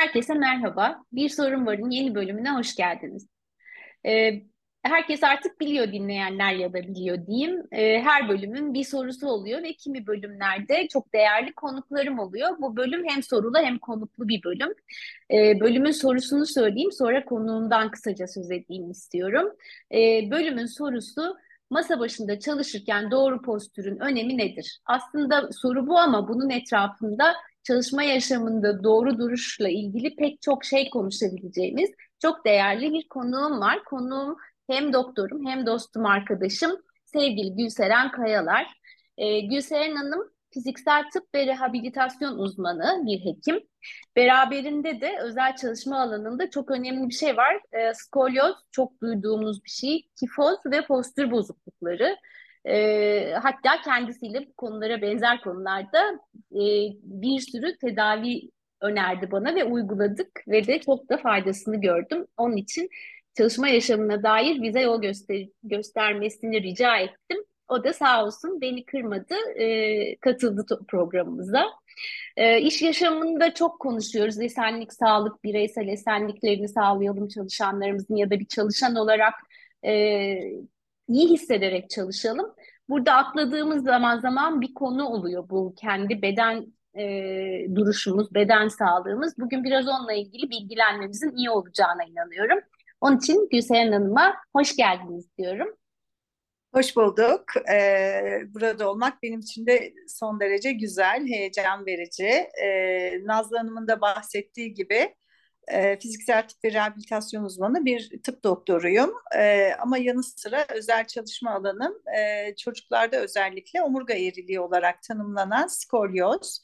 Herkese merhaba. Bir Sorun Var'ın yeni bölümüne hoş geldiniz. Ee, Herkes artık biliyor, dinleyenler ya da biliyor diyeyim. Her bölümün bir sorusu oluyor ve kimi bölümlerde çok değerli konuklarım oluyor. Bu bölüm hem sorulu hem konuklu bir bölüm. Bölümün sorusunu söyleyeyim, sonra konuğumdan kısaca söz edeyim istiyorum. Bölümün sorusu: masa başında çalışırken doğru postürün önemi nedir? Aslında soru bu ama bunun etrafında çalışma yaşamında doğru duruşla ilgili pek çok şey konuşabileceğimiz çok değerli bir konuğum var. Konuğum hem doktorum hem dostum arkadaşım sevgili Gülseren Kayalar. Gülseren Hanım fiziksel tıp ve rehabilitasyon uzmanı bir hekim. Beraberinde de özel çalışma alanında çok önemli bir şey var. Skolyoz çok duyduğumuz bir şey. Kifoz ve postür bozuklukları. Hatta kendisiyle bu konulara benzer konularda e, bir sürü tedavi önerdi bana ve uyguladık ve de çok da faydasını gördüm. Onun için çalışma yaşamına dair bize yol göstermesini rica ettim. O da sağ olsun beni kırmadı, katıldı programımıza. İş yaşamında çok konuşuyoruz. Esenlik, sağlık, bireysel esenliklerini sağlayalım çalışanlarımızın ya da bir çalışan olarak e, iyi hissederek çalışalım. Burada atladığımız zaman zaman bir konu oluyor bu kendi beden duruşumuz, beden sağlığımız. Bugün biraz onunla ilgili bilgilenmemizin iyi olacağına inanıyorum. Onun için Gülseren Hanım'a hoş geldiniz diyorum. Hoş bulduk. Burada olmak benim için de son derece güzel, heyecan verici. Nazlı Hanım'ın da bahsettiği gibi fiziksel tıp ve rehabilitasyon uzmanı bir tıp doktoruyum. Ama yanı sıra özel çalışma alanım çocuklarda özellikle omurga eğriliği olarak tanımlanan skolyoz,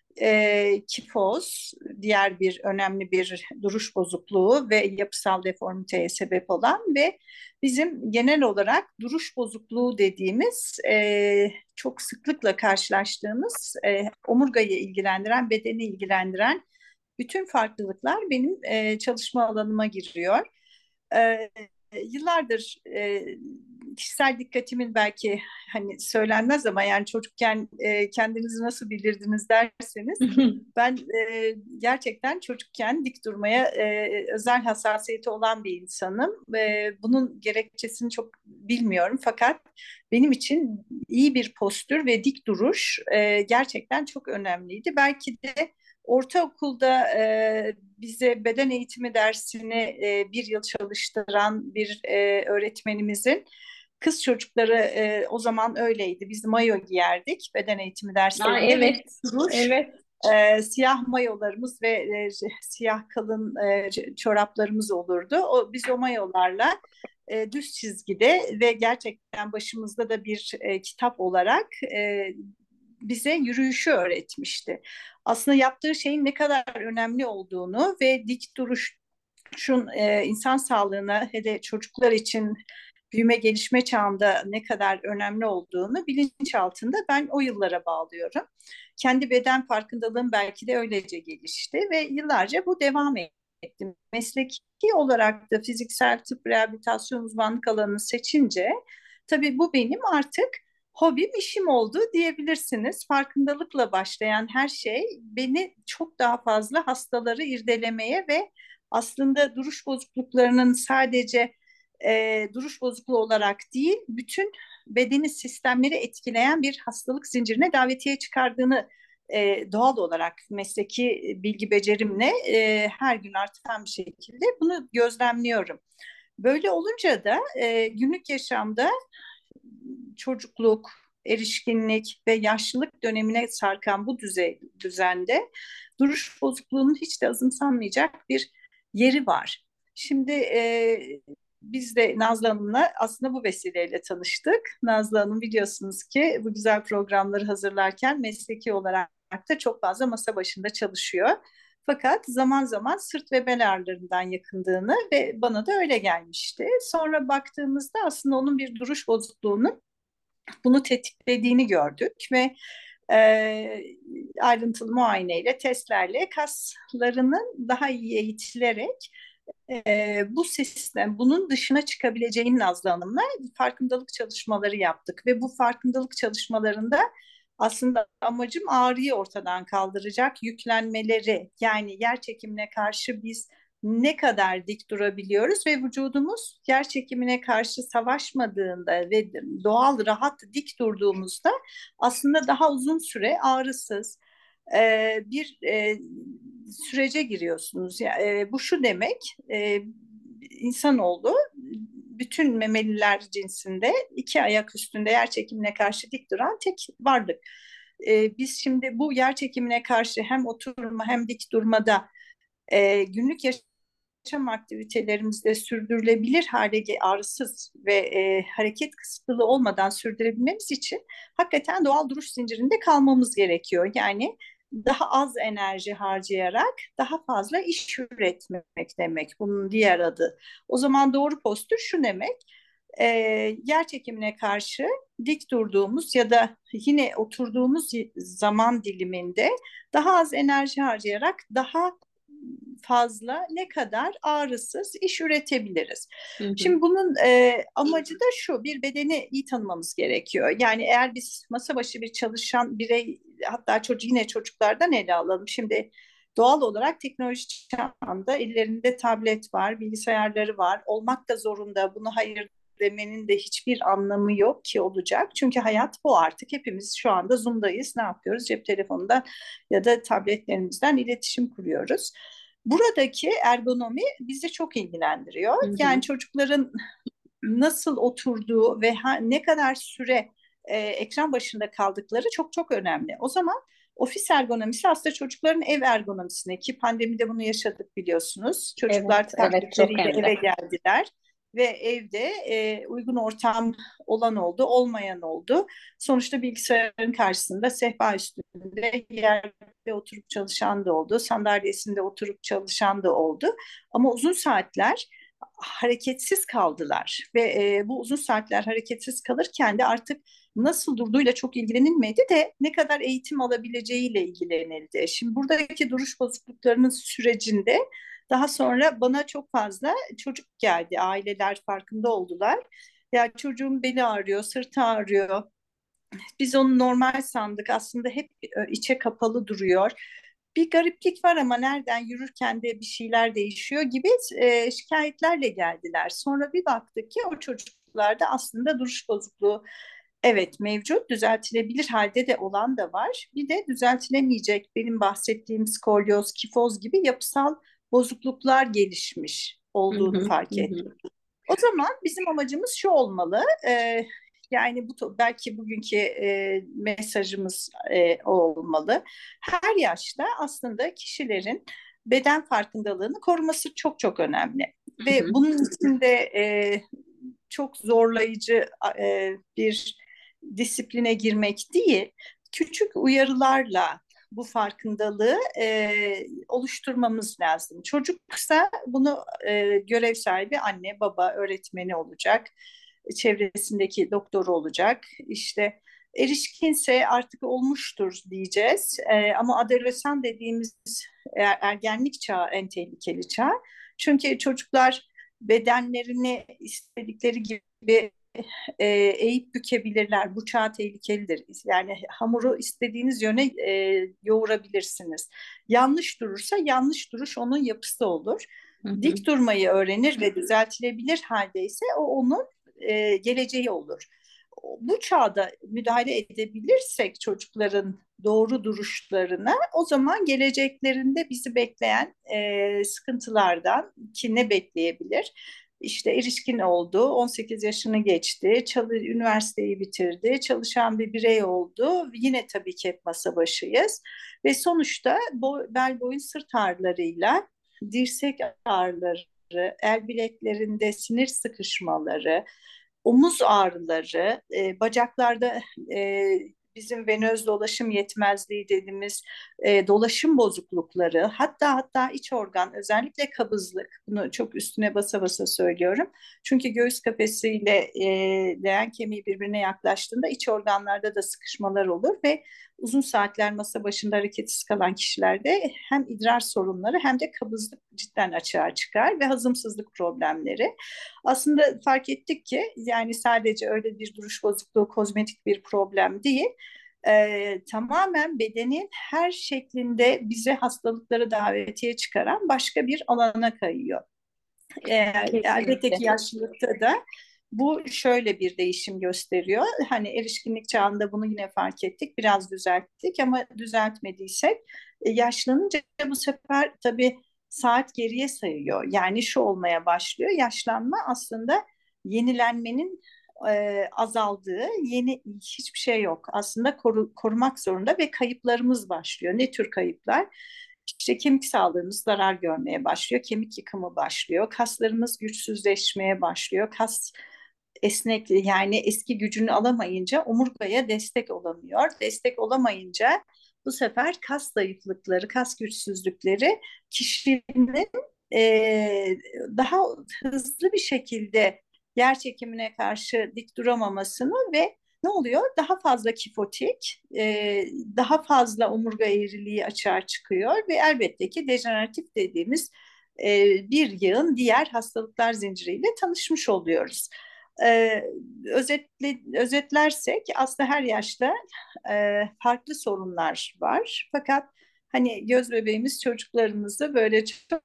kifoz, diğer bir önemli bir duruş bozukluğu ve yapısal deformiteye sebep olan ve bizim genel olarak duruş bozukluğu dediğimiz çok sıklıkla karşılaştığımız omurgayı ilgilendiren, bedeni ilgilendiren bütün farklılıklar benim çalışma alanıma giriyor. E, Yıllardır kişisel dikkatimin belki hani söylenmez ama yani çocukken kendinizi nasıl bilirdiniz derseniz ben gerçekten çocukken dik durmaya özel hassasiyeti olan bir insanım. Bunun gerekçesini çok bilmiyorum fakat benim için iyi bir postür ve dik duruş gerçekten çok önemliydi. Belki de ortaokulda bize beden eğitimi dersini bir yıl çalıştıran bir öğretmenimizin kız çocukları o zaman öyleydi. Biz mayo giyerdik beden eğitimi Aa, derslerinde ve evet, dik duruş evet. siyah mayolarımız ve siyah kalın çoraplarımız olurdu. Biz o mayolarla düz çizgide ve gerçekten başımızda da bir kitap olarak bize yürüyüşü öğretmişti. Aslında yaptığı şeyin ne kadar önemli olduğunu ve dik duruşun insan sağlığına hele çocuklar için büyüme gelişme çağında ne kadar önemli olduğunu bilinç altında ben o yıllara bağlıyorum. Kendi beden farkındalığım belki de öylece gelişti ve yıllarca bu devam etti. Mesleki olarak da fiziksel tıp rehabilitasyon uzmanlık alanını seçince tabii bu benim artık hobim, işim oldu diyebilirsiniz. Farkındalıkla başlayan her şey beni çok daha fazla hastaları irdelemeye ve aslında duruş bozukluklarının sadece duruş bozukluğu olarak değil, bütün bedeni sistemleri etkileyen bir hastalık zincirine davetiye çıkardığını doğal olarak mesleki bilgi becerimle her gün artan bir şekilde bunu gözlemliyorum. Böyle olunca da günlük yaşamda çocukluk, erişkinlik ve yaşlılık dönemine sarkan bu düzende duruş bozukluğunun hiç de azımsanmayacak bir yeri var. Şimdi biz de Nazlı Hanım'la aslında bu vesileyle tanıştık. Nazlı Hanım biliyorsunuz ki bu güzel programları hazırlarken mesleki olarak da çok fazla masa başında çalışıyor. Fakat zaman zaman sırt ve bel ağrılarından yakındığını ve bana da öyle gelmişti. Sonra baktığımızda aslında onun bir duruş bozukluğunun bunu tetiklediğini gördük ve e, ayrıntılı muayeneyle, testlerle kaslarının daha iyi eğitilerek bu sistem, bunun dışına çıkabileceğini Nazlı Hanım'la farkındalık çalışmaları yaptık ve bu farkındalık çalışmalarında Aslında amacım ağrıyı ortadan kaldıracak, yüklenmeleri, yani yer çekimine karşı biz ne kadar dik durabiliyoruz ve vücudumuz yer çekimine karşı savaşmadığında ve doğal rahat dik durduğumuzda aslında daha uzun süre ağrısız bir sürece giriyorsunuz. Bu şu demek, insanoğlu bütün memeliler cinsinde iki ayak üstünde yer çekimine karşı dik duran tek varlık. Biz şimdi bu yer çekimine karşı hem oturma hem dik durmada günlük yaşam aktivitelerimizde sürdürülebilir hale, ağrısız ve hareket kısıtlılığı olmadan sürdürebilmemiz için hakikaten doğal duruş zincirinde kalmamız gerekiyor. Yani daha az enerji harcayarak daha fazla iş üretmek demek bunun diğer adı. O zaman doğru postür şu demek: e, yer çekimine karşı dik durduğumuz ya da yine oturduğumuz zaman diliminde daha az enerji harcayarak daha fazla ne kadar ağrısız iş üretebiliriz. Hı hı. Şimdi bunun amacı da şu: bir bedeni iyi tanımamız gerekiyor. Yani eğer biz masa başı bir çalışan birey, hatta yine çocuklardan ele alalım. Şimdi doğal olarak teknoloji çağında ellerinde tablet var, bilgisayarları var. Olmak da zorunda. Bunu hayır demenin de hiçbir anlamı yok ki olacak. Çünkü hayat bu artık. Hepimiz şu anda Zoom'dayız. Ne yapıyoruz? Cep telefonunda ya da tabletlerimizden iletişim kuruyoruz. Buradaki ergonomi bizi çok ilgilendiriyor. Hı Yani hı. çocukların nasıl oturduğu ve ne kadar süre ekran başında kaldıkları çok çok önemli. O zaman ofis ergonomisi aslında çocukların ev ergonomisine, ki pandemide bunu yaşadık biliyorsunuz. Evet, Çocuklar evet, çok tabletleriyle hem eve de. geldiler ve evde uygun ortam olan oldu, olmayan oldu. Sonuçta bilgisayarın karşısında, sehpa üstünde, yerde oturup çalışan da oldu, sandalyesinde oturup çalışan da oldu. Ama uzun saatler hareketsiz kaldılar ve bu uzun saatler hareketsiz kalırken de artık nasıl durduğuyla çok ilgilenilmedi de ne kadar eğitim alabileceğiyle ilgilenildi. Şimdi buradaki duruş bozukluklarının sürecinde daha sonra bana çok fazla çocuk geldi. Aileler farkında oldular. Ya çocuğum beli ağrıyor, sırtı ağrıyor. Biz onu normal sandık. Aslında hep içe kapalı duruyor. Bir gariplik var ama nereden yürürken de bir şeyler değişiyor gibi şikayetlerle geldiler. Sonra bir baktık ki o çocuklarda aslında duruş bozukluğu evet mevcut, düzeltilebilir halde de olan da var. Bir de düzeltilemeyecek, benim bahsettiğim skolyoz, kifoz gibi yapısal bozukluklar gelişmiş Hı olduğunu hı. Hı fark ettik. hı. O zaman bizim amacımız şu olmalı. Yani belki bugünkü mesajımız o olmalı. Her yaşta aslında kişilerin beden farkındalığını koruması çok çok önemli. Hı Ve hı. bunun için de çok zorlayıcı bir disipline girmek değil, küçük uyarılarla bu farkındalığı oluşturmamız lazım. Çocuksa bunu görev sahibi anne, baba, öğretmeni olacak, çevresindeki doktoru olacak. İşte erişkinse artık olmuştur diyeceğiz. Ama adolesan dediğimiz ergenlik çağı en tehlikeli çağ. Çünkü çocuklar bedenlerini istedikleri gibi eğip bükebilirler. Bu çağ tehlikelidir. Yani hamuru istediğiniz yöne yoğurabilirsiniz. Yanlış durursa yanlış duruş onun yapısı olur. Hı hı. Dik durmayı öğrenir ve düzeltilebilir haldeyse o onun geleceği olur. Bu çağda müdahale edebilirsek çocukların doğru duruşlarına, o zaman geleceklerinde bizi bekleyen sıkıntılardan, ki ne bekleyebilir? İşte erişkin oldu, 18 yaşını geçti, üniversiteyi bitirdi, çalışan bir birey oldu. Yine tabii ki hep masa başıyız. Ve sonuçta bel boyun sırt ağrılarıyla, dirsek ağrıları, el bileklerinde sinir sıkışmaları, omuz ağrıları, bacaklarda bizim venöz dolaşım yetmezliği dediğimiz dolaşım bozuklukları, hatta iç organ, özellikle kabızlık, bunu çok üstüne basa basa söylüyorum. Çünkü göğüs kafesiyle leğen kemiği birbirine yaklaştığında iç organlarda da sıkışmalar olur ve uzun saatler masa başında hareketsiz kalan kişilerde hem idrar sorunları hem de kabızlık cidden açığa çıkar ve hazımsızlık problemleri. Aslında fark ettik ki yani sadece öyle bir duruş bozukluğu kozmetik bir problem değil. Tamamen bedenin her şeklinde bize hastalıkları davetiye çıkaran başka bir alana kayıyor. Elbette ki Kesinlikle. yaşlılıkta da bu şöyle bir değişim gösteriyor. Hani erişkinlik çağında bunu yine fark ettik, biraz düzelttik ama düzeltmediysek yaşlanınca bu sefer tabii saat geriye sayıyor. Yani şu olmaya başlıyor. Yaşlanma aslında yenilenmenin azaldığı, yeni hiçbir şey yok. Aslında korumak zorunda ve kayıplarımız başlıyor. Ne tür kayıplar? İşte kemik sağlığımız zarar görmeye başlıyor, kemik yıkımı başlıyor, kaslarımız güçsüzleşmeye başlıyor, kas esnekliği yani eski gücünü alamayınca omurgaya destek olamıyor. Destek olamayınca bu sefer kas zayıflıkları, kas güçsüzlükleri kişinin daha hızlı bir şekilde yer çekimine karşı dik duramamasını ve ne oluyor? Daha fazla kifotik, daha fazla omurga eğriliği açığa çıkıyor ve elbette ki dejeneratif dediğimiz bir yığın diğer hastalıklar zinciriyle tanışmış oluyoruz. E, özetlersek aslında her yaşta farklı sorunlar var. Fakat hani göz bebeğimiz çocuklarımızı böyle çok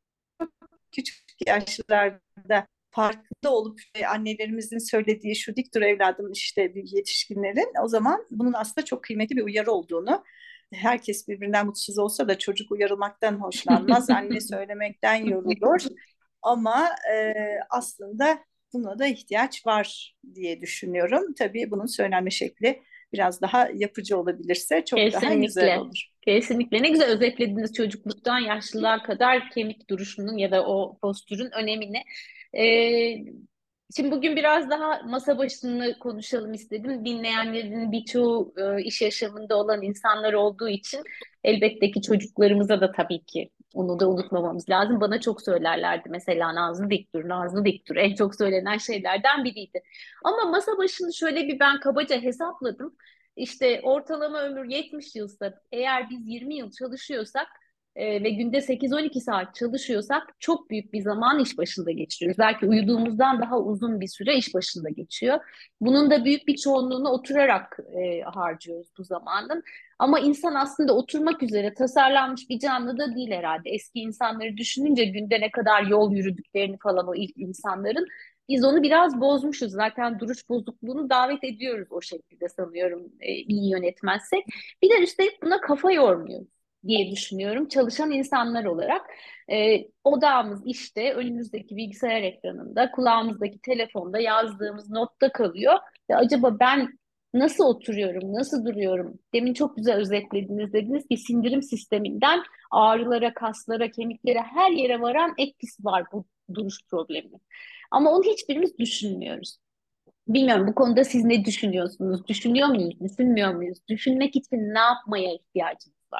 küçük yaşlarda farkında olup annelerimizin söylediği şu dik dur evladım işte bir yetişkinlerin o zaman bunun aslında çok kıymetli bir uyarı olduğunu herkes birbirinden mutsuz olsa da çocuk uyarılmaktan hoşlanmaz. Anne söylemekten yorulur. Ama aslında buna da ihtiyaç var diye düşünüyorum. Tabii bunun söylenme şekli biraz daha yapıcı olabilirse çok daha güzel Kesinlikle. olur. Kesinlikle. Ne güzel özetlediniz çocukluktan yaşlılığa kadar kemik duruşunun ya da o postürün önemini. Ee, Şimdi bugün biraz daha masa başını konuşalım istedim. Dinleyenlerin birçoğu iş yaşamında olan insanlar olduğu için elbette ki çocuklarımıza da tabii ki onu da unutmamamız lazım. Bana çok söylerlerdi mesela Nazlı dik dur, Nazlı dik dur. En çok söylenen şeylerden biriydi. Ama masa başını şöyle bir ben kabaca hesapladım. İşte ortalama ömür 70 yılsa eğer biz 20 yıl çalışıyorsak ve günde 8-12 saat çalışıyorsak çok büyük bir zaman iş başında geçiriyoruz. Belki uyuduğumuzdan daha uzun bir süre iş başında geçiyor. Bunun da büyük bir çoğunluğunu oturarak harcıyoruz bu zamanın. Ama insan aslında oturmak üzere tasarlanmış bir canlı da değil herhalde. Eski insanları düşününce günde ne kadar yol yürüdüklerini falan o ilk insanların biz onu biraz bozmuşuz. Zaten duruş bozukluğunu davet ediyoruz o şekilde sanıyorum iyi yönetmezsek. Bir de üstelik buna kafa yormuyoruz diye düşünüyorum çalışan insanlar olarak. Odağımız işte önümüzdeki bilgisayar ekranında, kulağımızdaki telefonda yazdığımız notta kalıyor. Ve acaba ben nasıl oturuyorum, nasıl duruyorum? Demin çok güzel özetlediniz. Dediniz ki sindirim sisteminden ağrılara, kaslara, kemiklere her yere varan etkisi var bu duruş problemi. Ama onu hiçbirimiz düşünmüyoruz. Bilmiyorum bu konuda siz ne düşünüyorsunuz? Düşünüyor muyuz? Düşünmüyor muyuz? Düşünmek için ne yapmaya ihtiyacımız var?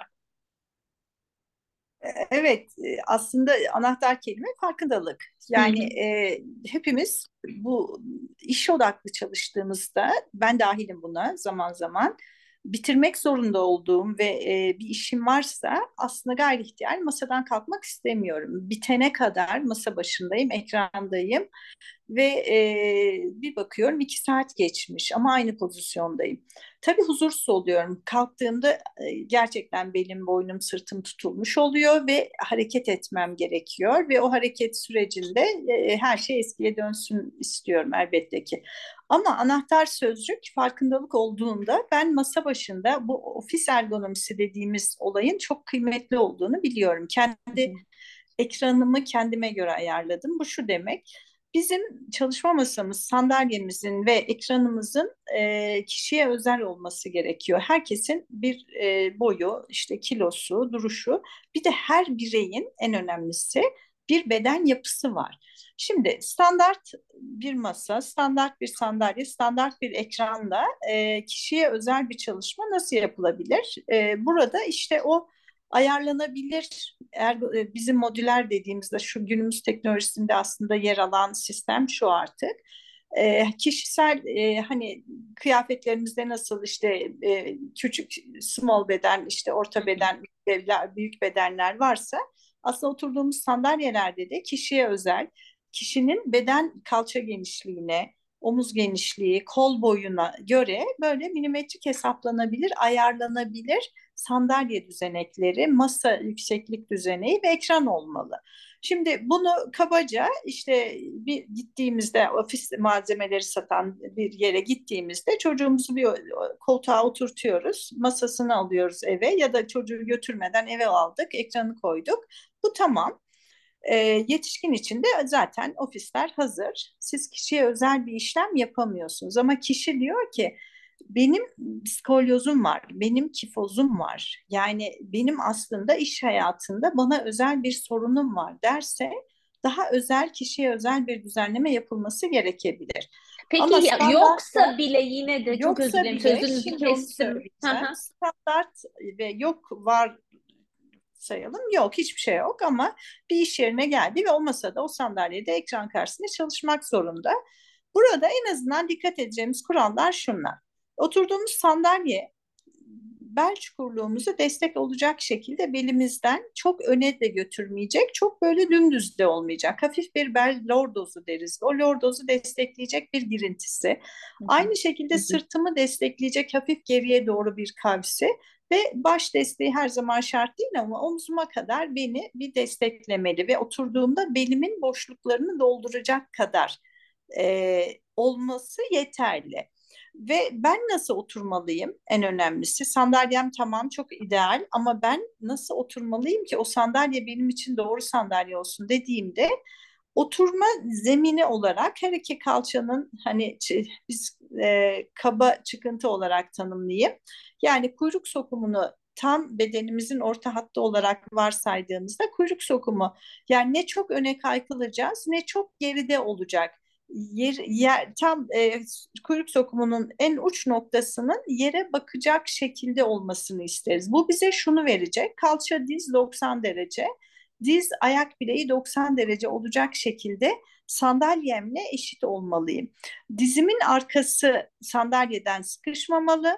Evet, aslında anahtar kelime farkındalık. Hı Yani hı. hepimiz bu iş odaklı çalıştığımızda, ben dahilim buna zaman zaman, bitirmek zorunda olduğum ve bir işim varsa aslında gayri ihtiyar masadan kalkmak istemiyorum. Bitene kadar masa başındayım, ekrandayım ve bir bakıyorum 2 saat geçmiş ama aynı pozisyondayım. Tabii huzursuz oluyorum. Kalktığımda gerçekten belim, boynum, sırtım tutulmuş oluyor ve hareket etmem gerekiyor ve o hareket sürecinde her şey eskiye dönsün istiyorum elbette ki. Ama anahtar sözcük farkındalık olduğunda ben masa başında bu ofis ergonomisi dediğimiz olayın çok kıymetli olduğunu biliyorum. Hı Kendi hı. ekranımı kendime göre ayarladım. Bu şu demek. Bizim çalışma masamız, sandalyemizin ve ekranımızın kişiye özel olması gerekiyor. Herkesin bir boyu, işte kilosu, duruşu, bir de her bireyin en önemlisi bir beden yapısı var. Şimdi standart bir masa, standart bir sandalye, standart bir ekranla kişiye özel bir çalışma nasıl yapılabilir? Burada işte o ayarlanabilir bizim modüler dediğimizde şu günümüz teknolojisinde aslında yer alan sistem şu artık. Kişisel hani kıyafetlerimizde nasıl işte küçük small beden işte orta beden büyük bedenler varsa aslında oturduğumuz sandalyelerde de kişiye özel kişinin beden kalça genişliğine omuz genişliği, kol boyuna göre böyle milimetrik hesaplanabilir, ayarlanabilir sandalye düzenekleri, masa yükseklik düzeneği ve ekran olmalı. Şimdi bunu kabaca işte bir gittiğimizde ofis malzemeleri satan bir yere gittiğimizde çocuğumuzu bir koltuğa oturtuyoruz. Masasını alıyoruz eve ya da çocuğu götürmeden eve aldık, ekranı koyduk. Bu tamam. Yetişkin için de zaten ofisler hazır. Siz kişiye özel bir işlem yapamıyorsunuz ama kişi diyor ki benim skolyozum var, benim kifozum var. Yani benim aslında iş hayatında bana özel bir sorunum var derse daha özel kişiye özel bir düzenleme yapılması gerekebilir. Peki Ama standartta yoksa bile yine de çok özür yoksa dilerim bile sözünüzü şimdi onu kestim. Hı söyleyeceğim. hı. Standart ve yok var sayalım. Yok hiçbir şey yok ama bir iş yerine geldi ve o masada o sandalyede ekran karşısında çalışmak zorunda. Burada en azından dikkat edeceğimiz kurallar şunlar. Oturduğumuz sandalye bel çukurluğumuza destek olacak şekilde belimizden çok öne de götürmeyecek, çok böyle dümdüz de olmayacak. Hafif bir bel lordozu deriz. O lordozu destekleyecek bir girintisi. Hı hı. Aynı şekilde sırtımı destekleyecek hafif geriye doğru bir kavsi ve baş desteği her zaman şart değil ama omzuma kadar beni bir desteklemeli ve oturduğumda belimin boşluklarını dolduracak kadar olması yeterli. Ve ben nasıl oturmalıyım? En önemlisi sandalyem tamam çok ideal ama ben nasıl oturmalıyım ki o sandalye benim için doğru sandalye olsun dediğimde oturma zemini olarak her iki kalçanın hani biz kaba çıkıntı olarak tanımlayayım. Yani kuyruk sokumunu tam bedenimizin orta hattı olarak varsaydığımızda kuyruk sokumu yani ne çok öne kaykılacağız ne çok geride olacak. Tam kuyruk sokumunun en uç noktasının yere bakacak şekilde olmasını isteriz. Bu bize şunu verecek. Kalça diz 90 derece, diz ayak bileği 90 derece olacak şekilde sandalyemle eşit olmalıyım. Dizimin arkası sandalyeden sıkışmamalı.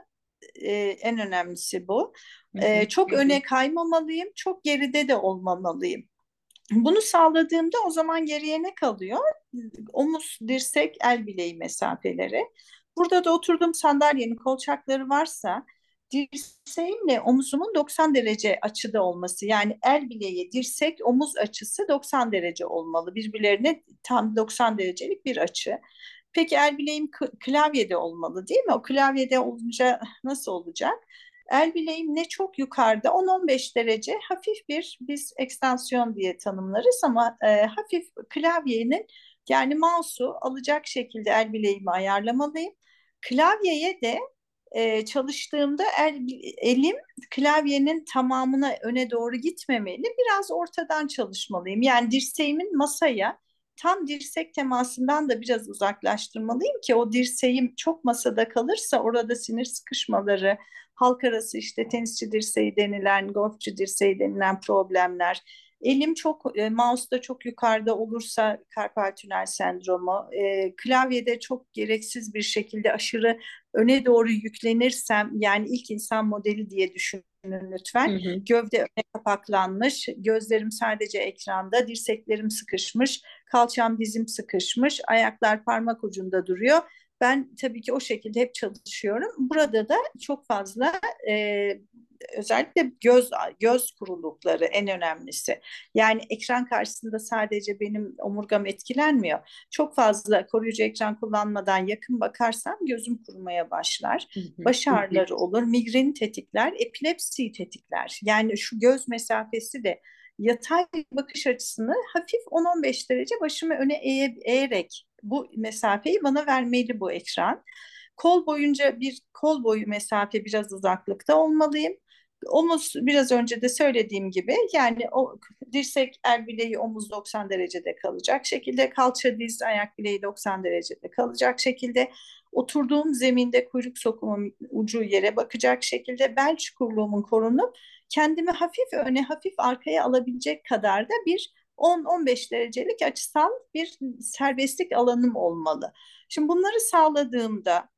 En önemlisi bu. Hı hı. Çok öne kaymamalıyım, çok geride de olmamalıyım. Bunu sağladığımda o zaman geriye ne kalıyor? Omuz, dirsek, el bileği mesafeleri. Burada da oturduğum sandalyenin kolçakları varsa dirseğimle omuzumun 90 derece açıda olması. Yani el bileği, dirsek, omuz açısı 90 derece olmalı. Birbirlerine tam 90 derecelik bir açı. Peki el bileğim klavyede olmalı değil mi? O klavyede olunca nasıl olacak? El bileğim ne çok yukarıda 10-15 derece hafif bir biz ekstansiyon diye tanımlarız ama hafif klavyenin yani mouse'u alacak şekilde el bileğimi ayarlamalıyım. Klavyeye de çalıştığımda elim klavyenin tamamına öne doğru gitmemeli. Biraz ortadan çalışmalıyım. Yani dirseğimin masaya tam dirsek temasından da biraz uzaklaştırmalıyım ki o dirseğim çok masada kalırsa orada sinir sıkışmaları, halk arası işte tenisçi dirseği denilen, golfçü dirseği denilen problemler. Elim çok mouse'da çok yukarıda olursa karpal tünel sendromu, klavyede çok gereksiz bir şekilde aşırı öne doğru yüklenirsem yani ilk insan modeli diye düşünün Hı lütfen. hı. Gövde öne kapaklanmış, gözlerim sadece ekranda, dirseklerim sıkışmış, kalçam dizim sıkışmış, ayaklar parmak ucunda duruyor. Ben tabii ki o şekilde hep çalışıyorum. Burada da çok fazla özellikle göz kurulukları en önemlisi. Yani ekran karşısında sadece benim omurgam etkilenmiyor. Çok fazla koruyucu ekran kullanmadan yakın bakarsam gözüm kurumaya başlar. Hı hı. Baş ağrıları olur, migreni tetikler, epilepsiyi tetikler. Yani şu göz mesafesi de yatay bakış açısını hafif 10-15 derece başımı öne eğerek bu mesafeyi bana vermeli bu ekran. Kol boyunca bir kol boyu mesafe biraz uzaklıkta olmalıyım. Omuz biraz önce de söylediğim gibi yani o dirsek el bileği omuz 90 derecede kalacak şekilde kalça diz ayak bileği 90 derecede kalacak şekilde oturduğum zeminde kuyruk sokumum ucu yere bakacak şekilde bel çukurluğumun korunup kendimi hafif öne hafif arkaya alabilecek kadar da bir 10-15 derecelik açısal bir serbestlik alanım olmalı. Şimdi bunları sağladığımda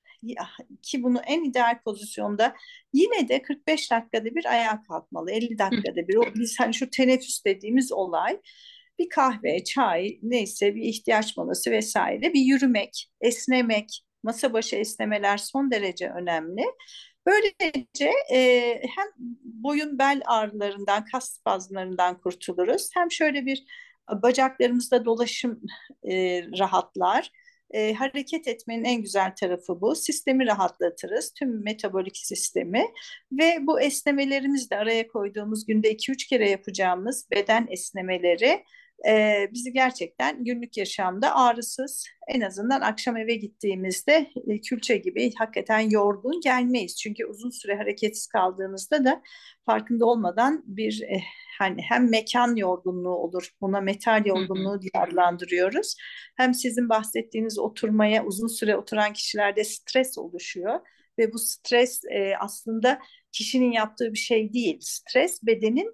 ki bunu en ideal pozisyonda yine de 45 dakikada bir ayağa kalkmalı. 50 Hı dakikada bir. O, biz hani şu teneffüs dediğimiz olay. bir kahve, çay, neyse bir ihtiyaç molası vesaire, bir yürümek, esnemek, masa başı esnemeler son derece önemli. Böylece hem boyun bel ağrılarından, kas spazmlarından kurtuluruz. Hem şöyle bir bacaklarımızda dolaşım rahatlar. Hareket etmenin en güzel tarafı bu. Sistemi rahatlatırız, tüm metabolik sistemi ve bu esnemelerimiz de araya koyduğumuz günde 2-3 kere yapacağımız beden esnemeleri bizi gerçekten günlük yaşamda ağrısız, en azından akşam eve gittiğimizde külçe gibi hakikaten yorgun gelmeyiz. Çünkü uzun süre hareketsiz kaldığımızda da farkında olmadan bir hani hem mekan yorgunluğu olur, buna metal Hı hı. yorgunluğu diye adlandırıyoruz. Hem sizin bahsettiğiniz oturmaya uzun süre oturan kişilerde stres oluşuyor ve bu stres aslında kişinin yaptığı bir şey değil. Stres bedenin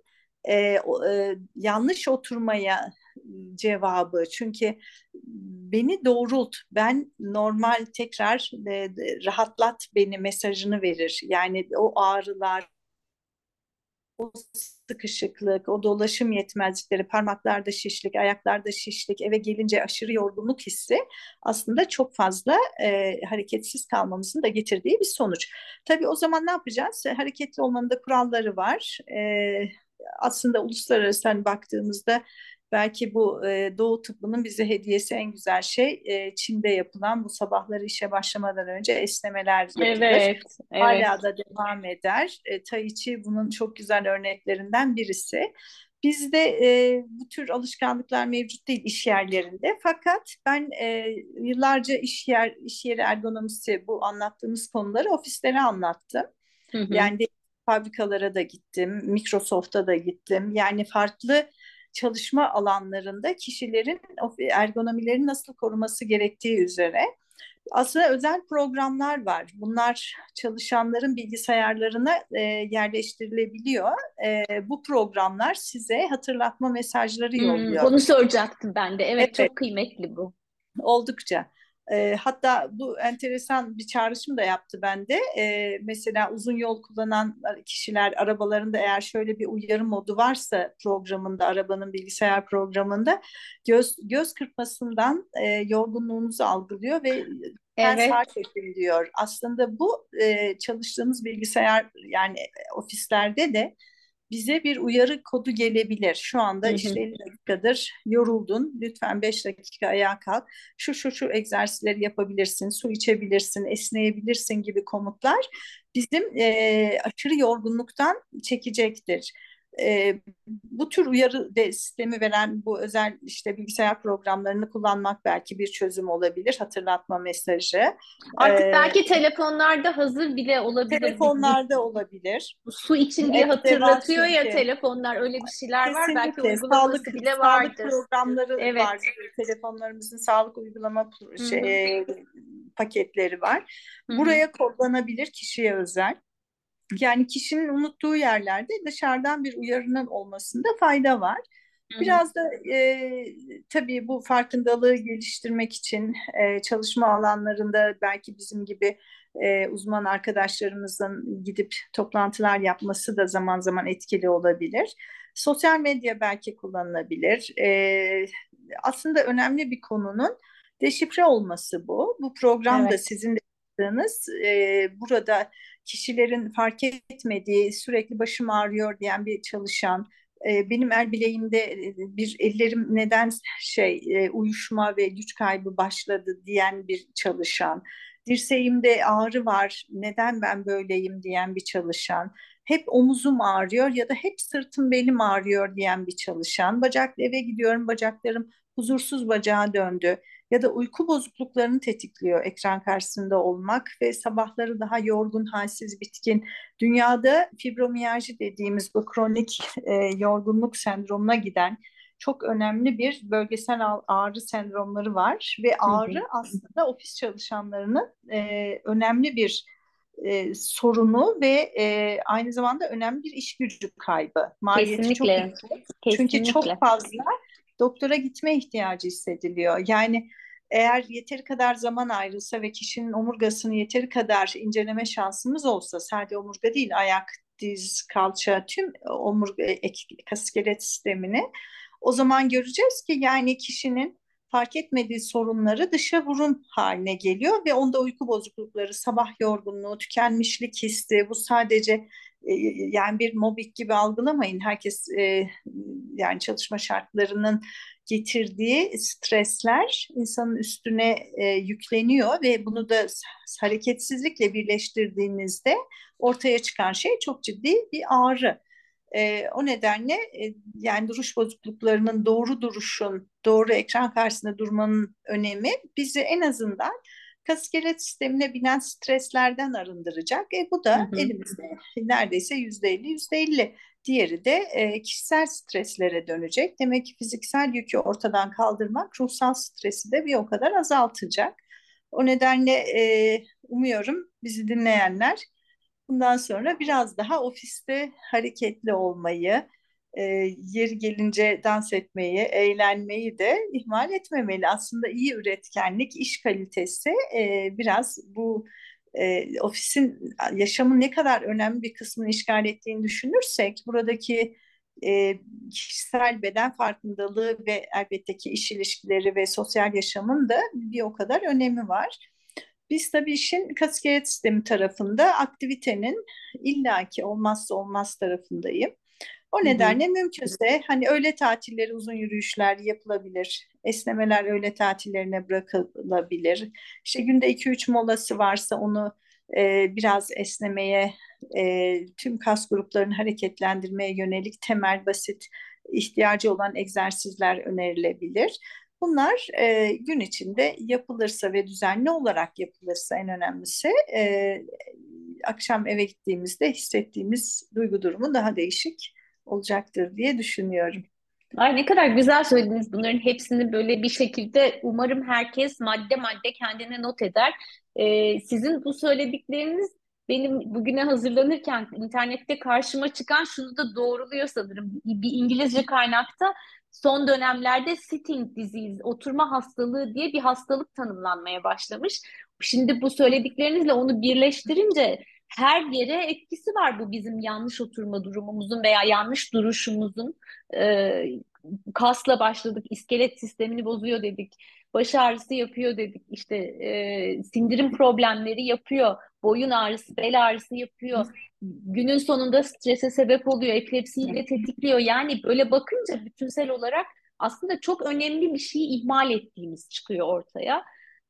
yanlış oturmaya cevabı. Çünkü beni doğrult, ben normal tekrar rahatlat beni mesajını verir. Yani o ağrılar, o sıkışıklık, o dolaşım yetmezlikleri, parmaklarda şişlik, ayaklarda şişlik, eve gelince aşırı yorgunluk hissi aslında çok fazla hareketsiz kalmamızın da getirdiği bir sonuç. Tabii o zaman ne yapacağız? Hareketli olmanın da kuralları var. Aslında uluslararası hani baktığımızda belki bu Doğu tıbbının bize hediyesi en güzel şey Çin'de yapılan bu sabahları işe başlamadan önce esnemeler yapılır. Evet, evet. Hala da devam eder. Tai Chi bunun çok güzel örneklerinden birisi. Bizde bu tür alışkanlıklar mevcut değil iş yerlerinde. Fakat ben yıllarca iş yeri ergonomisi bu anlattığımız konuları ofislere anlattım. Hı hı. Yani fabrikalara da gittim, Microsoft'a da gittim. Yani farklı çalışma alanlarında kişilerin ergonomilerini nasıl koruması gerektiği üzere. Aslında özel programlar var. Bunlar çalışanların bilgisayarlarına yerleştirilebiliyor. Bu programlar size hatırlatma mesajları yolluyor. Onu soracaktım ben de. Evet, Evet, çok kıymetli bu. oldukça. Hatta bu enteresan bir çağrışım da yaptı bende. Mesela uzun yol kullanan kişiler arabalarında eğer şöyle bir uyarı modu varsa programında, arabanın bilgisayar programında göz kırpmasından yorgunluğunuzu algılıyor ve ters Evet. harf edin diyor. Aslında bu çalıştığımız bilgisayar yani ofislerde de bize bir uyarı kodu gelebilir. Şu anda Hı işte hı. 50 dakikadır yoruldun. Lütfen 5 dakika ayağa kalk. Şu egzersizleri yapabilirsin, su içebilirsin, esneyebilirsin gibi komutlar bizim aşırı yorgunluktan çekecektir. Bu tür uyarı sistemi veren bu özel işte bilgisayar programlarını kullanmak belki bir çözüm olabilir. Hatırlatma mesajı. Artık E, belki telefonlarda hazır bile olabilir. Telefonlarda olabilir. Bu su için diye App'te var hatırlatıyor ya çünkü. telefonlar, öyle bir şeyler var. Belki Kesinlikle uygulaması bile sağlık vardır. programları Evet. var. Telefonlarımızın sağlık uygulama Hı hı. paketleri var. Hı hı. Buraya kodlanabilir kişiye özel. Yani kişinin unuttuğu yerlerde dışarıdan bir uyarının olmasında fayda var. Hı hı. Biraz da tabii bu farkındalığı geliştirmek için çalışma alanlarında belki bizim gibi uzman arkadaşlarımızın gidip toplantılar yapması da zaman zaman etkili olabilir. Sosyal medya belki kullanılabilir. Aslında önemli bir konunun deşifre olması bu. Bu program da Evet. sizin de yaptığınız burada kişilerin fark etmediği sürekli başım ağrıyor diyen bir çalışan benim el bileğimde bir ellerim neden uyuşma ve güç kaybı başladı diyen bir çalışan, dirseğimde ağrı var neden ben böyleyim diyen bir çalışan, hep omuzum ağrıyor ya da hep sırtım belim ağrıyor diyen bir çalışan, eve gidiyorum bacaklarım huzursuz bacağa döndü ya da uyku bozukluklarını tetikliyor ekran karşısında olmak ve sabahları daha yorgun, halsiz, bitkin. Dünyada fibromiyalji dediğimiz bu kronik yorgunluk sendromuna giden çok önemli bir bölgesel ağrı sendromları var ve Hı ağrı hı. aslında ofis çalışanlarının önemli bir sorunu ve aynı zamanda önemli bir iş gücü kaybı. Maliyeti çok Kesinlikle. yüksek. Çünkü çok Kesinlikle. fazla doktora gitme ihtiyacı hissediliyor. Yani eğer yeteri kadar zaman ayrılsa ve kişinin omurgasını yeteri kadar inceleme şansımız olsa, sadece omurga değil, ayak, diz, kalça, tüm omurga, kasiskelet sistemini O zaman göreceğiz ki yani kişinin fark etmediği sorunları dışa vurum haline geliyor ve onda uyku bozuklukları, sabah yorgunluğu, tükenmişlik hissi, bu sadece yani bir mobbing gibi algılamayın. Herkes yani çalışma şartlarının getirdiği stresler insanın üstüne yükleniyor ve bunu da hareketsizlikle birleştirdiğinizde ortaya çıkan şey çok ciddi bir ağrı. O nedenle yani duruş bozukluklarının, doğru duruşun, doğru ekran karşısında durmanın önemi bizi en azından kas iskelet sistemine binen streslerden arındıracak. Bu Hı da hı. elimizde neredeyse %50, %50. Diğeri de kişisel streslere dönecek. Demek ki fiziksel yükü ortadan kaldırmak ruhsal stresi de bir o kadar azaltacak. O nedenle umuyorum bizi dinleyenler bundan sonra biraz daha ofiste hareketli olmayı, e, yeri gelince dans etmeyi, eğlenmeyi de ihmal etmemeli. Aslında iyi üretkenlik, iş kalitesi biraz bu ofisin yaşamın ne kadar önemli bir kısmını işgal ettiğini düşünürsek, buradaki kişisel beden farkındalığı ve elbette ki iş ilişkileri ve sosyal yaşamın da bir o kadar önemi var. Biz tabii işin kasket sistemi tarafında aktivitenin illaki olmazsa olmaz tarafındayım. O Hı hı. nedenle mümkünse hani öğle tatilleri, uzun yürüyüşler yapılabilir. Esnemeler öğle tatillerine bırakılabilir. İşte günde 2-3 molası varsa onu biraz esnemeye, tüm kas gruplarını hareketlendirmeye yönelik temel, basit, ihtiyacı olan egzersizler önerilebilir. Bunlar gün içinde yapılırsa ve düzenli olarak yapılırsa en önemlisi akşam eve gittiğimizde hissettiğimiz duygu durumu daha değişik olacaktır diye düşünüyorum. Ay ne kadar güzel söylediniz bunların hepsini böyle bir şekilde umarım herkes madde madde kendine not eder. Sizin bu söyledikleriniz benim bugüne hazırlanırken internette karşıma çıkan şunu da doğruluyor sanırım. Bir İngilizce kaynakta son dönemlerde sitting disease, oturma hastalığı diye bir hastalık tanımlanmaya başlamış. Şimdi bu söylediklerinizle onu birleştirince her yere etkisi var bu bizim yanlış oturma durumumuzun veya yanlış duruşumuzun. Ee, Kasla başladık, iskelet sistemini bozuyor dedik, baş ağrısı yapıyor dedik, işte sindirim problemleri yapıyor, boyun ağrısı, bel ağrısı yapıyor. Günün sonunda strese sebep oluyor, epilepsiyi de tetikliyor. Yani böyle bakınca bütünsel olarak aslında çok önemli bir şeyi ihmal ettiğimiz çıkıyor ortaya.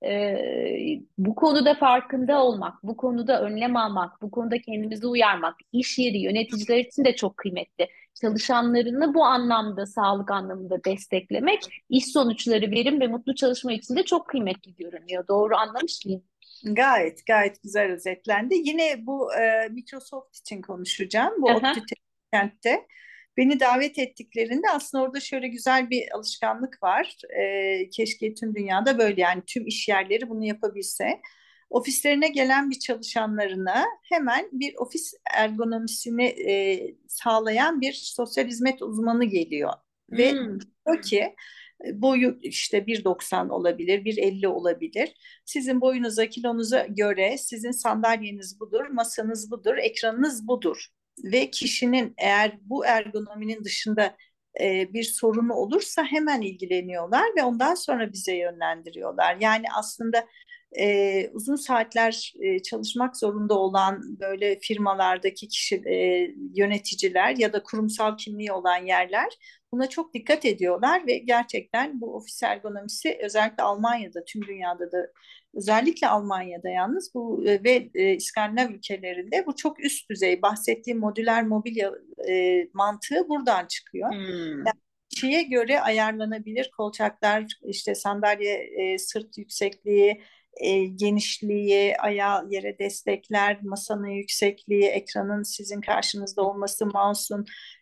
Bu konuda farkında olmak, bu konuda önlem almak, bu konuda kendimizi uyarmak, iş yeri yöneticiler için de çok kıymetli. Çalışanlarını bu anlamda, sağlık anlamında desteklemek, iş sonuçları, verim ve mutlu çalışma için de çok kıymetli görünüyor. Doğru anlamış mıyım? Gayet gayet güzel özetlendi. Yine bu Microsoft için konuşacağım. Bu Aha. ODTÜ Teknikent'te beni davet ettiklerinde aslında orada şöyle güzel bir alışkanlık var. Keşke tüm dünyada böyle yani tüm iş yerleri bunu yapabilse. Ofislerine gelen bir çalışanlarına hemen bir ofis ergonomisini sağlayan bir sosyal hizmet uzmanı geliyor. Ve Hmm. diyor ki boyu işte 1,90 olabilir, 1,50 olabilir. Sizin boyunuza, kilonuza göre sizin sandalyeniz budur, masanız budur, ekranınız budur. Ve kişinin eğer bu ergonominin dışında bir sorunu olursa hemen ilgileniyorlar ve ondan sonra bize yönlendiriyorlar. Yani aslında uzun saatler çalışmak zorunda olan böyle firmalardaki yöneticiler ya da kurumsal kimliği olan yerler buna çok dikkat ediyorlar ve gerçekten bu ofis ergonomisi özellikle Almanya'da, tüm dünyada da özellikle Almanya'da yalnız bu ve İskandinav ülkelerinde bu çok üst düzey. Bahsettiğim modüler mobilya mantığı buradan çıkıyor. Hmm. Yani kişiye göre ayarlanabilir kolçaklar, işte sandalye sırt yüksekliği, genişliği, ayağı yere destekler, masanın yüksekliği, ekranın sizin karşınızda olması, mouse'un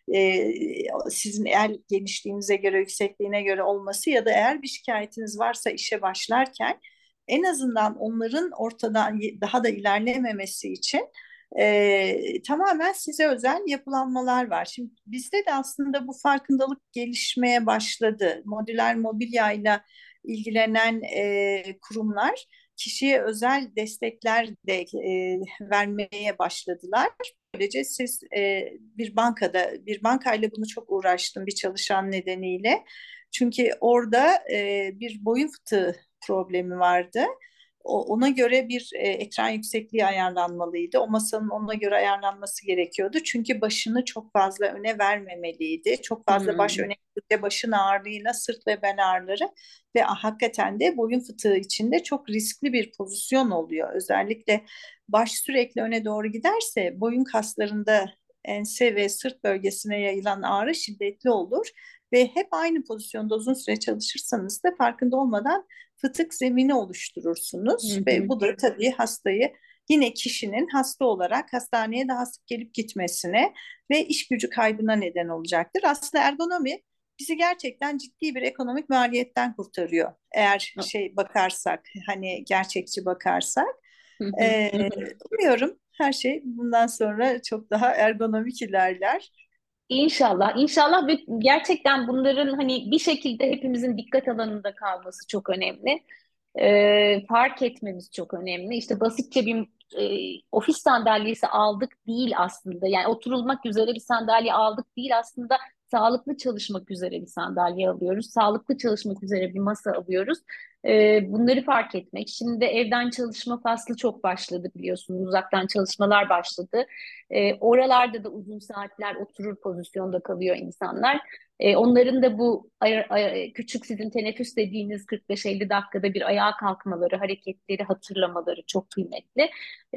sizin el genişliğinize göre, yüksekliğine göre olması ya da eğer bir şikayetiniz varsa işe başlarken en azından onların ortadan daha da ilerlememesi için tamamen size özel yapılanmalar var. Şimdi bizde de aslında bu farkındalık gelişmeye başladı. Modüler mobilyayla ilgilenen kurumlar kişiye özel destekler de vermeye başladılar. böylece siz bir bankayla bunu çok uğraştım bir çalışan nedeniyle. Çünkü orada bir boyun fıtığı problemi vardı. Ona göre bir ekran yüksekliği ayarlanmalıydı. O masanın ona göre ayarlanması gerekiyordu. Çünkü başını çok fazla öne vermemeliydi. Çok fazla baş Hmm. öne gidince başın ağrıyla sırt ve bel ağrıları ve hakikaten de boyun fıtığı içinde çok riskli bir pozisyon oluyor. Özellikle baş sürekli öne doğru giderse boyun kaslarında ense ve sırt bölgesine yayılan ağrı şiddetli olur ve hep aynı pozisyonda uzun süre çalışırsanız da farkında olmadan fıtık zemini Hı oluşturursunuz ve hı. bu da tabii hastayı yine kişinin hasta olarak hastaneye daha sık gelip gitmesine ve iş gücü kaybına neden olacaktır. Aslında ergonomi bizi gerçekten ciddi bir ekonomik maliyetten kurtarıyor. Eğer bakarsak, hani gerçekçi bakarsak. Hı hı. Hı hı. Umuyorum her şey bundan sonra çok daha ergonomik ilerler. İnşallah, inşallah ve gerçekten bunların hani bir şekilde hepimizin dikkat alanında kalması çok önemli. Fark etmemiz çok önemli. İşte basitçe bir ofis sandalyesi aldık değil aslında. Yani oturulmak üzere bir sandalye aldık değil aslında sağlıklı çalışmak üzere bir sandalye alıyoruz. Sağlıklı çalışmak üzere bir masa alıyoruz. Bunları fark etmek. Şimdi evden çalışma faslı çok başladı biliyorsunuz. Uzaktan çalışmalar başladı. Oralarda da uzun saatler oturur pozisyonda kalıyor insanlar. Onların da bu küçük sizin teneffüs dediğiniz 45-50 dakikada bir ayağa kalkmaları, hareketleri hatırlamaları çok kıymetli.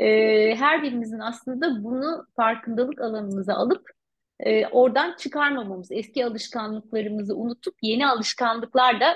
Her birimizin aslında bunu farkındalık alanımıza alıp oradan çıkarmamamız, eski alışkanlıklarımızı unutup yeni alışkanlıklarla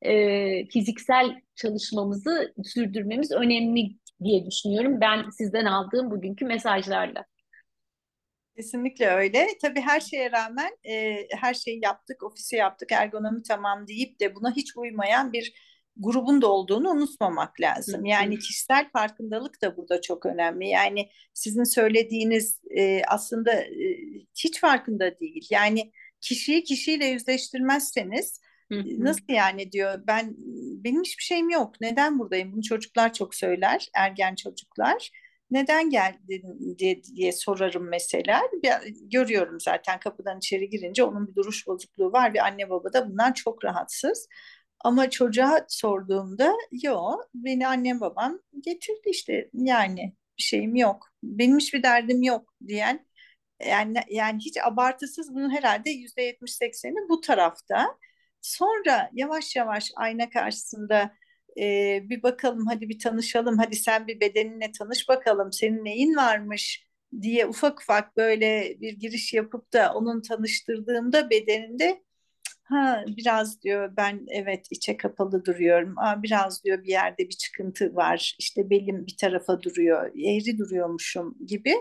fiziksel çalışmamızı sürdürmemiz önemli diye düşünüyorum. Ben sizden aldığım bugünkü mesajlarla. Kesinlikle öyle. Tabii her şeye rağmen her şeyi yaptık, ofisi yaptık, ergonomi tamam deyip de buna hiç uymayan bir grubun da olduğunu unutmamak Hı lazım. hı. Yani kişisel farkındalık da burada çok önemli. Yani sizin söylediğiniz aslında hiç farkında değil. Yani kişiyi kişiyle yüzleştirmezseniz Hı hı. nasıl yani diyor benim hiçbir şeyim yok. Neden buradayım? Bunu çocuklar çok söyler, ergen çocuklar. Neden geldin diye sorarım mesela. Görüyorum zaten kapıdan içeri girince onun bir duruş bozukluğu var ve anne baba da bundan çok rahatsız. Ama çocuğa sorduğumda yok beni annem babam getirdi işte yani bir şeyim yok. Benim hiçbir derdim yok diyen yani hiç abartısız bunun herhalde %70-80'i bu tarafta. Sonra yavaş yavaş ayna karşısında bir bakalım hadi bir tanışalım hadi sen bir bedeninle tanış bakalım senin neyin varmış diye ufak ufak böyle bir giriş yapıp da onun tanıştırdığımda bedeninde ha biraz diyor ben evet içe kapalı duruyorum. Biraz diyor bir yerde bir çıkıntı var. İşte belim bir tarafa duruyor. Eğri duruyormuşum gibi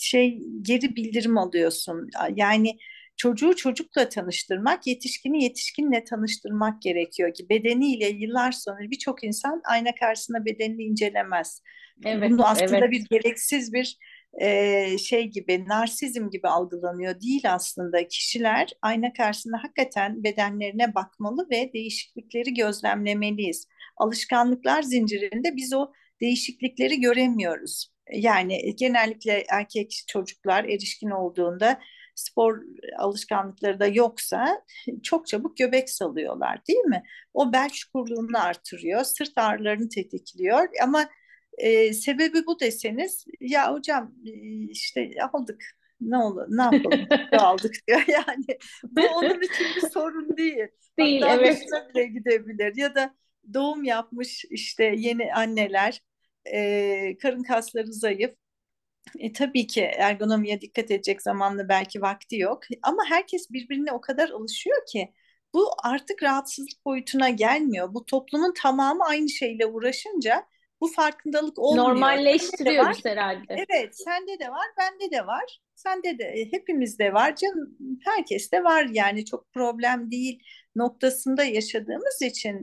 geri bildirim alıyorsun. Yani çocuğu çocukla tanıştırmak, yetişkini yetişkinle tanıştırmak gerekiyor ki bedeniyle yıllar sonra birçok insan ayna karşısında bedenini incelemez. Evet, Bunu aslında bir evet. gereksiz bir gibi narsizm gibi algılanıyor değil aslında. Kişiler ayna karşısında hakikaten bedenlerine bakmalı ve değişiklikleri gözlemlemeliyiz. Alışkanlıklar zincirinde biz o değişiklikleri göremiyoruz. Yani genellikle erkek çocuklar erişkin olduğunda spor alışkanlıkları da yoksa çok çabuk göbek salıyorlar değil mi? O bel çukurluğunu artırıyor, sırt ağrılarını tetikliyor ama sebebi bu deseniz ya hocam işte aldık ne olur ne yapalım aldık diyor yani bu onun için bir sorun değil Değil, hatta evet. hoşuna bile gidebilir ya da doğum yapmış işte yeni anneler karın kasları zayıf tabii ki ergonomiye dikkat edecek zamanla belki vakti yok ama herkes birbirine o kadar alışıyor ki bu artık rahatsızlık boyutuna gelmiyor. Bu toplumun tamamı aynı şeyle uğraşınca bu farkındalık olmuyor. Sende de var, Normalleştiriyoruz herhalde. evet, sende de var, bende de var, sende de, hepimizde var, canım, herkeste var yani çok problem değil noktasında yaşadığımız için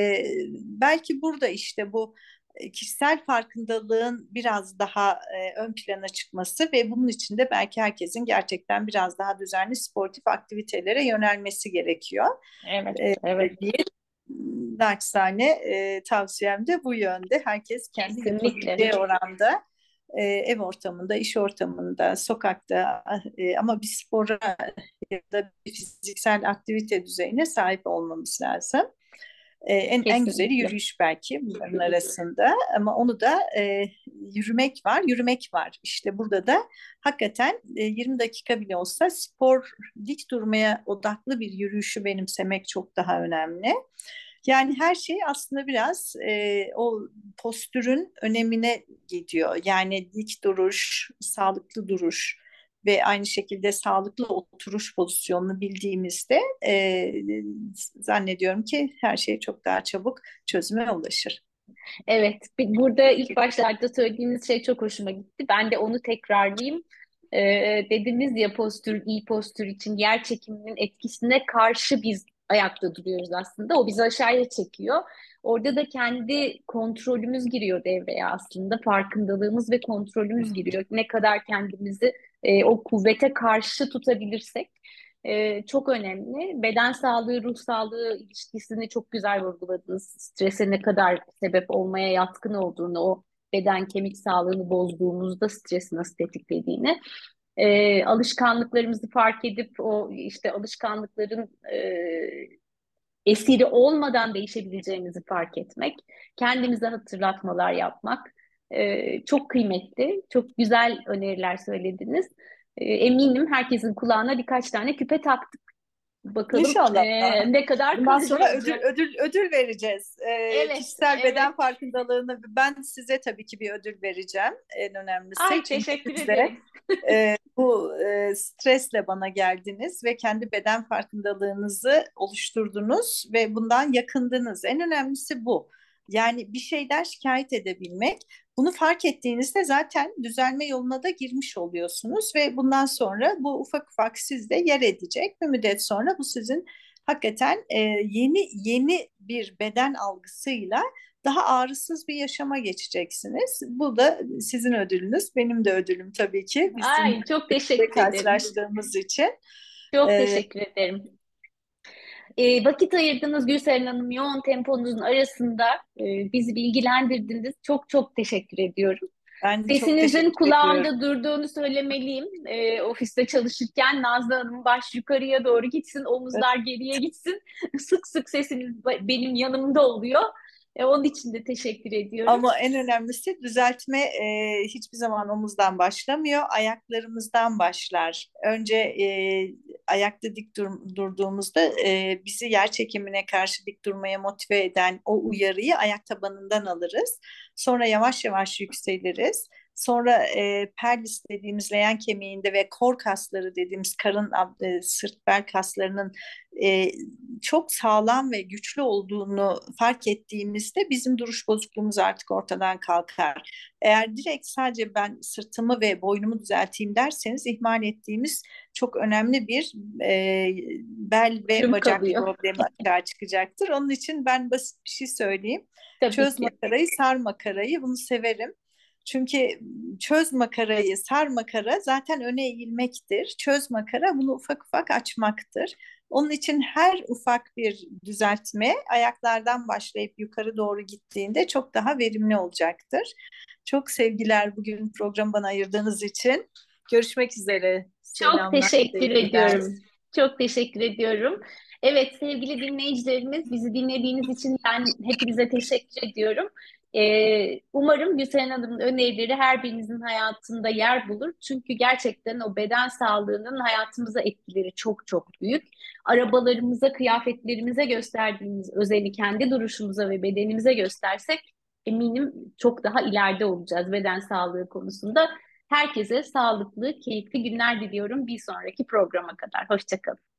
belki burada işte bu kişisel farkındalığın biraz daha ön plana çıkması ve bunun için de belki herkesin gerçekten biraz daha düzenli sportif aktivitelere yönelmesi gerekiyor Evet, e, evet. diye naçizane tavsiyem de bu yönde. Herkes kendi Kesinlikle. yapabildiği oranda ev ortamında, iş ortamında, sokakta ama bir spora ya da bir fiziksel aktivite düzeyine sahip olmamız lazım. En güzeli Kesinlikle. yürüyüş belki bunların arasında ama onu da yürümek var, yürümek var. İşte burada da hakikaten 20 dakika bile olsa spor, dik durmaya odaklı bir yürüyüşü benimsemek çok daha önemli. Yani her şey aslında biraz o postürün önemine gidiyor. Yani dik duruş, sağlıklı duruş ve aynı şekilde sağlıklı oturuş pozisyonunu bildiğimizde zannediyorum ki her şey çok daha çabuk çözüme ulaşır. Evet, burada ilk başlarda söylediğiniz şey çok hoşuma gitti. Ben de onu tekrarlayayım. Dediniz ya postür, iyi postür için yer çekiminin etkisine karşı biz ayakta duruyoruz aslında. O bizi aşağıya çekiyor. Orada da kendi kontrolümüz giriyor devreye aslında. Farkındalığımız ve kontrolümüz giriyor. Ne kadar kendimizi o kuvvete karşı tutabilirsek. Çok önemli. Beden sağlığı, ruh sağlığı ilişkisini çok güzel vurguladınız. Strese ne kadar sebep olmaya yatkın olduğunu, o beden kemik sağlığını bozduğumuzda stresi nasıl tetiklediğini, alışkanlıklarımızı fark edip o işte alışkanlıkların esiri olmadan değişebileceğimizi fark etmek, kendimize hatırlatmalar yapmak çok kıymetli. Çok güzel öneriler söylediniz. Eminim herkesin kulağına birkaç tane küpe taktık. Bakalım İnşallah. ne kadar Bundan kalıcı sonra ödül olacak. ödül ödül vereceğiz. Evet, Kişisel evet. beden farkındalığını ben size tabii ki bir ödül vereceğim en önemlisi. Ay Çünkü teşekkür siz de ederim. bu stresle bana geldiniz ve kendi beden farkındalığınızı oluşturdunuz ve bundan yakındınız. En önemlisi bu. Yani bir şeyden şikayet edebilmek. Bunu fark ettiğinizde zaten düzelme yoluna da girmiş oluyorsunuz ve bundan sonra bu ufak ufak sizde yer edecek. Bir müddet sonra bu sizin hakikaten yeni bir beden algısıyla daha ağrısız bir yaşama geçeceksiniz. Bu da sizin ödülünüz, benim de ödülüm tabii ki bizim Ay çok teşekkür ederim. karşılaştığımız için. Çok E, teşekkür ederim. Vakit ayırdınız Gülseren Hanım, yoğun temponuzun arasında bizi bilgilendirdiniz. Çok çok teşekkür ediyorum. Ben de çok Sesinizin teşekkür ediyorum. kulağımda durduğunu söylemeliyim. Ofiste çalışırken Nazlı Hanım baş yukarıya doğru gitsin, omuzlar geriye gitsin. Sık sık sesiniz benim yanımda oluyor. Onun için de teşekkür ediyorum. Ama en önemlisi düzeltme hiçbir zaman omuzdan başlamıyor, ayaklarımızdan başlar. Önce ayakta durduğumuzda bizi yer çekimine karşı dik durmaya motive eden o uyarıyı ayak tabanından alırız. Sonra yavaş yavaş yükseliriz. Sonra pelvis dediğimiz leğen kemiğinde ve kor kasları dediğimiz karın, sırt bel kaslarının e, çok sağlam ve güçlü olduğunu fark ettiğimizde bizim duruş bozukluğumuz artık ortadan kalkar. Eğer direkt sadece ben sırtımı ve boynumu düzelteyim derseniz ihmal ettiğimiz çok önemli bir bel ve Tüm bacak kalıyor. problemi açığa çıkacaktır. Onun için ben basit bir şey söyleyeyim. Tabii Çöz ki. makarayı, sar makarayı bunu severim. Çünkü çöz makarayı, sar makara zaten öne eğilmektir. Çöz makara bunu ufak ufak açmaktır. Onun için her ufak bir düzeltme ayaklardan başlayıp yukarı doğru gittiğinde çok daha verimli olacaktır. Çok sevgiler bugün programı bana ayırdığınız için. Görüşmek üzere. Çok Selamlar, teşekkür sevgiler. ediyorum. Çok teşekkür ediyorum. Evet sevgili dinleyicilerimiz bizi dinlediğiniz için ben hepinize teşekkür ediyorum. Umarım Gülseren Hanım'ın önerileri her birinizin hayatında yer bulur. Çünkü gerçekten o beden sağlığının hayatımıza etkileri çok çok büyük. Arabalarımıza, kıyafetlerimize gösterdiğimiz özeni kendi duruşumuza ve bedenimize göstersek eminim çok daha ileride olacağız beden sağlığı konusunda. Herkese sağlıklı, keyifli günler diliyorum bir sonraki programa kadar. Hoşça kalın.